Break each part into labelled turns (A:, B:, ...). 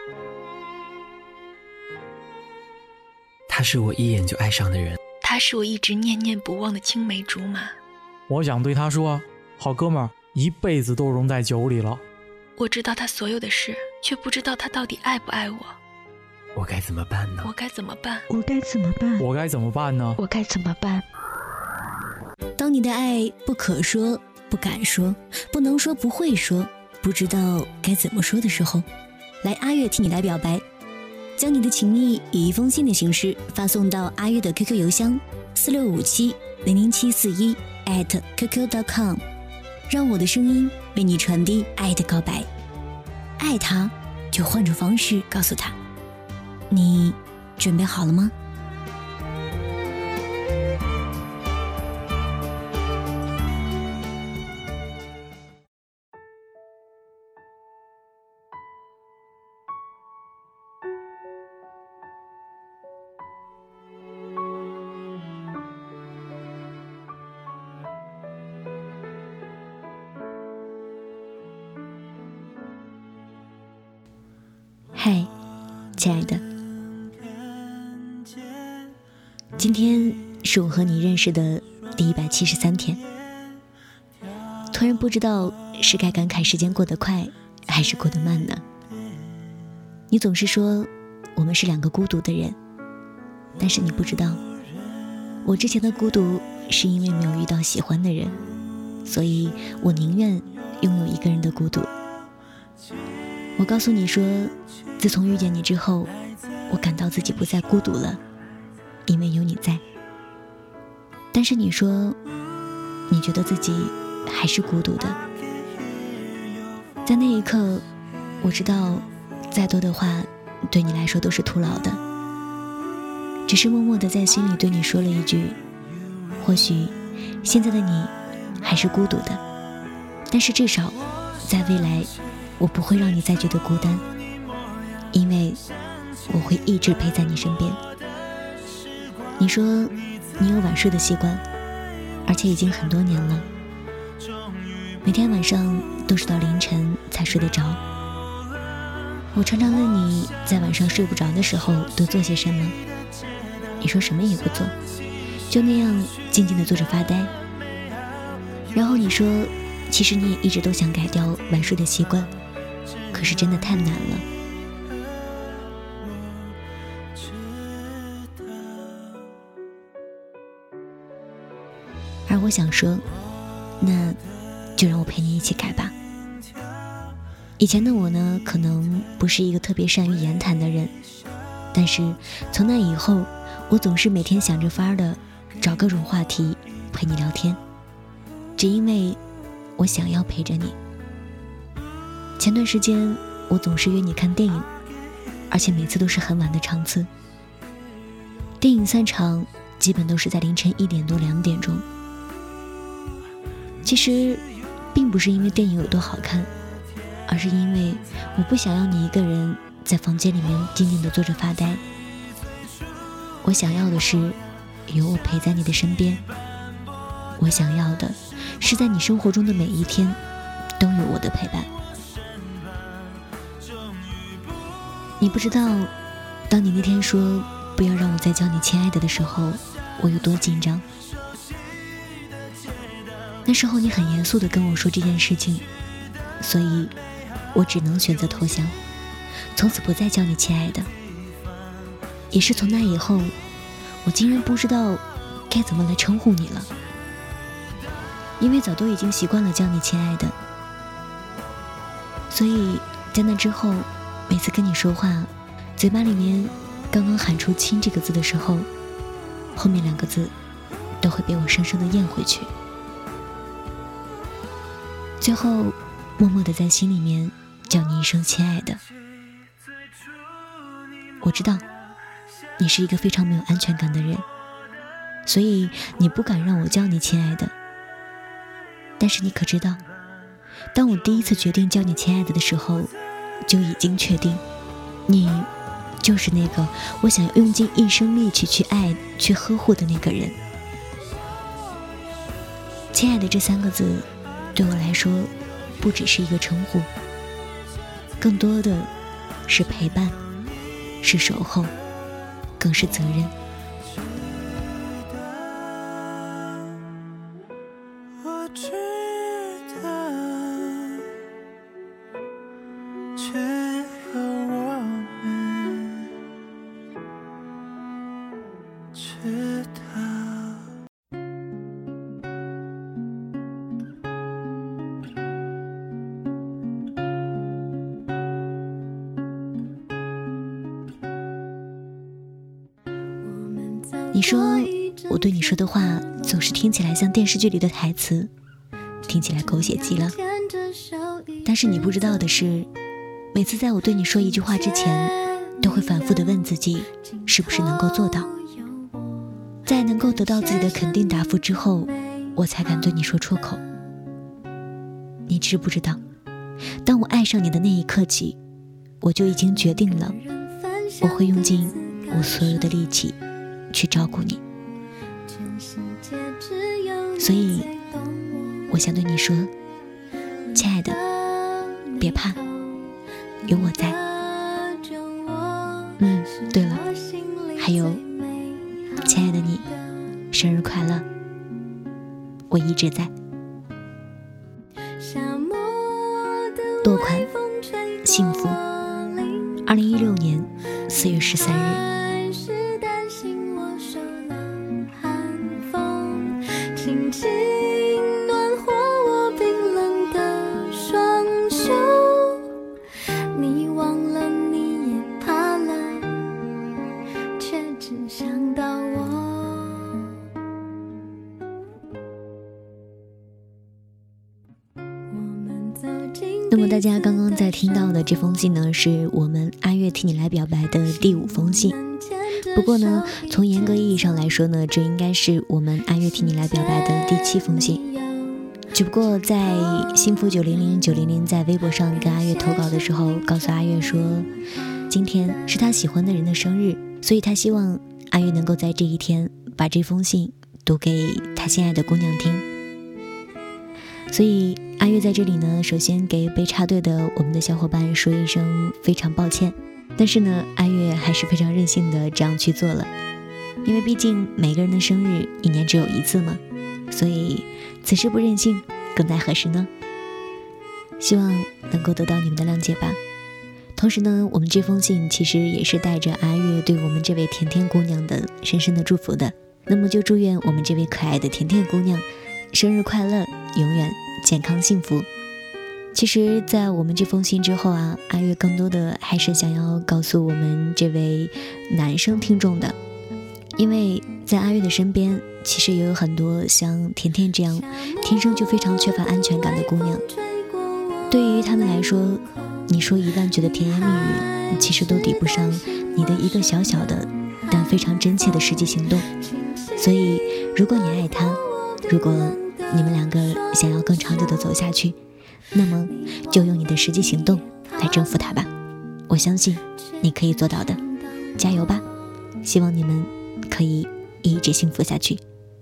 A: 他是我一眼就爱上的人，
B: 他是我一直念念不忘的青梅竹马。
C: 我想对他说，好哥们儿，一辈子都融在酒里了。
B: 我知道他所有的事，却不知道他到底爱不爱我。
A: 我该怎么办呢？
B: 我该怎么办？
D: 我该怎么办？
C: 我该怎么办呢？
B: 我该怎么办？
D: 当你的爱不可说、不敢说、不能说、不会说、不知道该怎么说的时候，来阿月替你来表白。将你的情意以一封信的形式发送到阿月的 QQ 邮箱4657-00741@qq.com， 让我的声音为你传递爱的告白。爱他，就换种方式告诉他。你准备好了吗？嗨，亲爱的，今天是我和你认识的第173天。突然不知道是该感慨时间过得快，还是过得慢呢？你总是说我们是两个孤独的人，但是你不知道，我之前的孤独是因为没有遇到喜欢的人，所以我宁愿拥有一个人的孤独。我告诉你说，自从遇见你之后，我感到自己不再孤独了，因为有你在。但是你说，你觉得自己还是孤独的。在那一刻，我知道，再多的话对你来说都是徒劳的，只是默默地在心里对你说了一句，或许现在的你还是孤独的，但是至少在未来，我不会让你再觉得孤单，因为我会一直陪在你身边。你说你有晚睡的习惯，而且已经很多年了，每天晚上都是到凌晨才睡得着。我常常问你在晚上睡不着的时候都做些什么，你说什么也不做，就那样静静地坐着发呆。然后你说其实你也一直都想改掉晚睡的习惯，可是真的太难了。而我想说，那就让我陪你一起改吧。以前的我呢，可能不是一个特别善于言谈的人，但是从那以后，我总是每天想着法儿的找各种话题陪你聊天，只因为我想要陪着你。前段时间我总是约你看电影，而且每次都是很晚的场次，电影散场基本都是在凌晨1点多2点钟。其实并不是因为电影有多好看，而是因为我不想要你一个人在房间里面静静地坐着发呆。我想要的是有我陪在你的身边，我想要的是在你生活中的每一天都有我的陪伴。你不知道，当你那天说不要让我再叫你亲爱的的时候，我有多紧张。那时候你很严肃地跟我说这件事情，所以我只能选择投降，从此不再叫你亲爱的。也是从那以后，我竟然不知道该怎么来称呼你了，因为早都已经习惯了叫你亲爱的。所以在那之后，每次跟你说话，嘴巴里面刚刚喊出亲这个字的时候，后面2个字都会被我生生地咽回去，最后默默地在心里面叫你一声亲爱的。我知道你是一个非常没有安全感的人，所以你不敢让我叫你亲爱的。但是你可知道，当我第一次决定叫你亲爱的的时候，就已经确定你就是那个我想要用尽一生力气去爱去呵护的那个人。亲爱的这3个字对我来说不只是一个称呼，更多的是陪伴，是守候，更是责任。
E: 我知道，只有我们知道。
D: 你说我对你说的话总是听起来像电视剧里的台词，听起来狗血极了。但是你不知道的是，每次在我对你说一句话之前，都会反复地问自己是不是能够做到，在能够得到自己的肯定答复之后，我才敢对你说出口。你知不知道，当我爱上你的那一刻起，我就已经决定了，我会用尽我所有的力气去照顾你。所以我想对你说，亲爱的，别怕，有我在。对了，还有，亲爱的你，生日快乐，我一直在。落款幸福，2016年4月13日。
F: 轻轻暖和我冰冷的双手，你忘了你也怕了，却只想到我。
D: 那么大家刚刚在听到的这封信呢，是我们阿月替你来表白的第5封信。不过呢，从严格意义上来说呢，这应该是我们阿月替你来表白的第7封信。只不过在幸福900900在微博上跟阿月投稿的时候，告诉阿月说，今天是他喜欢的人的生日，所以他希望阿月能够在这一天把这封信读给他心爱的姑娘听。所以阿月在这里呢，首先给被插队的我们的小伙伴说一声非常抱歉。但是呢，阿月还是非常任性的这样去做了，因为毕竟每个人的生日1年只有1次嘛，所以此时不任性更待何时呢？希望能够得到你们的谅解吧。同时呢，我们这封信其实也是带着阿月对我们这位甜甜姑娘的深深的祝福的。那么就祝愿我们这位可爱的甜甜姑娘生日快乐，永远健康幸福。其实在我们这封信之后啊，阿月更多的还是想要告诉我们这位男生听众的，因为在阿月的身边其实也有很多像甜甜这样天生就非常缺乏安全感的姑娘。对于他们来说，你说1万句的甜言蜜语其实都抵不上你的一个小小的但非常真切的实际行动。所以如果你爱他，如果你们2个想要更长久的走下去，那么就用你的实际行动来征服他吧，我相信你可以做到的，加油吧，希望你们可以一直幸福下去。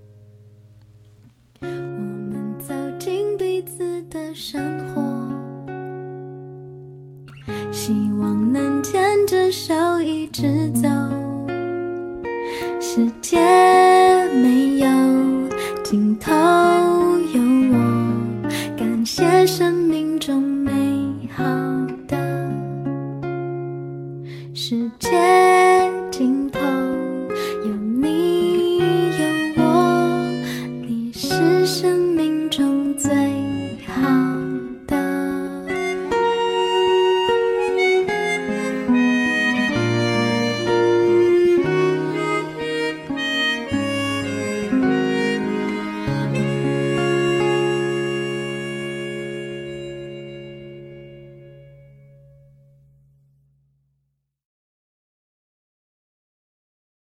F: 我们走进彼此的生活，希望能牵着手一直走，世界没有尽头，有我，感谢生命中美好的世界。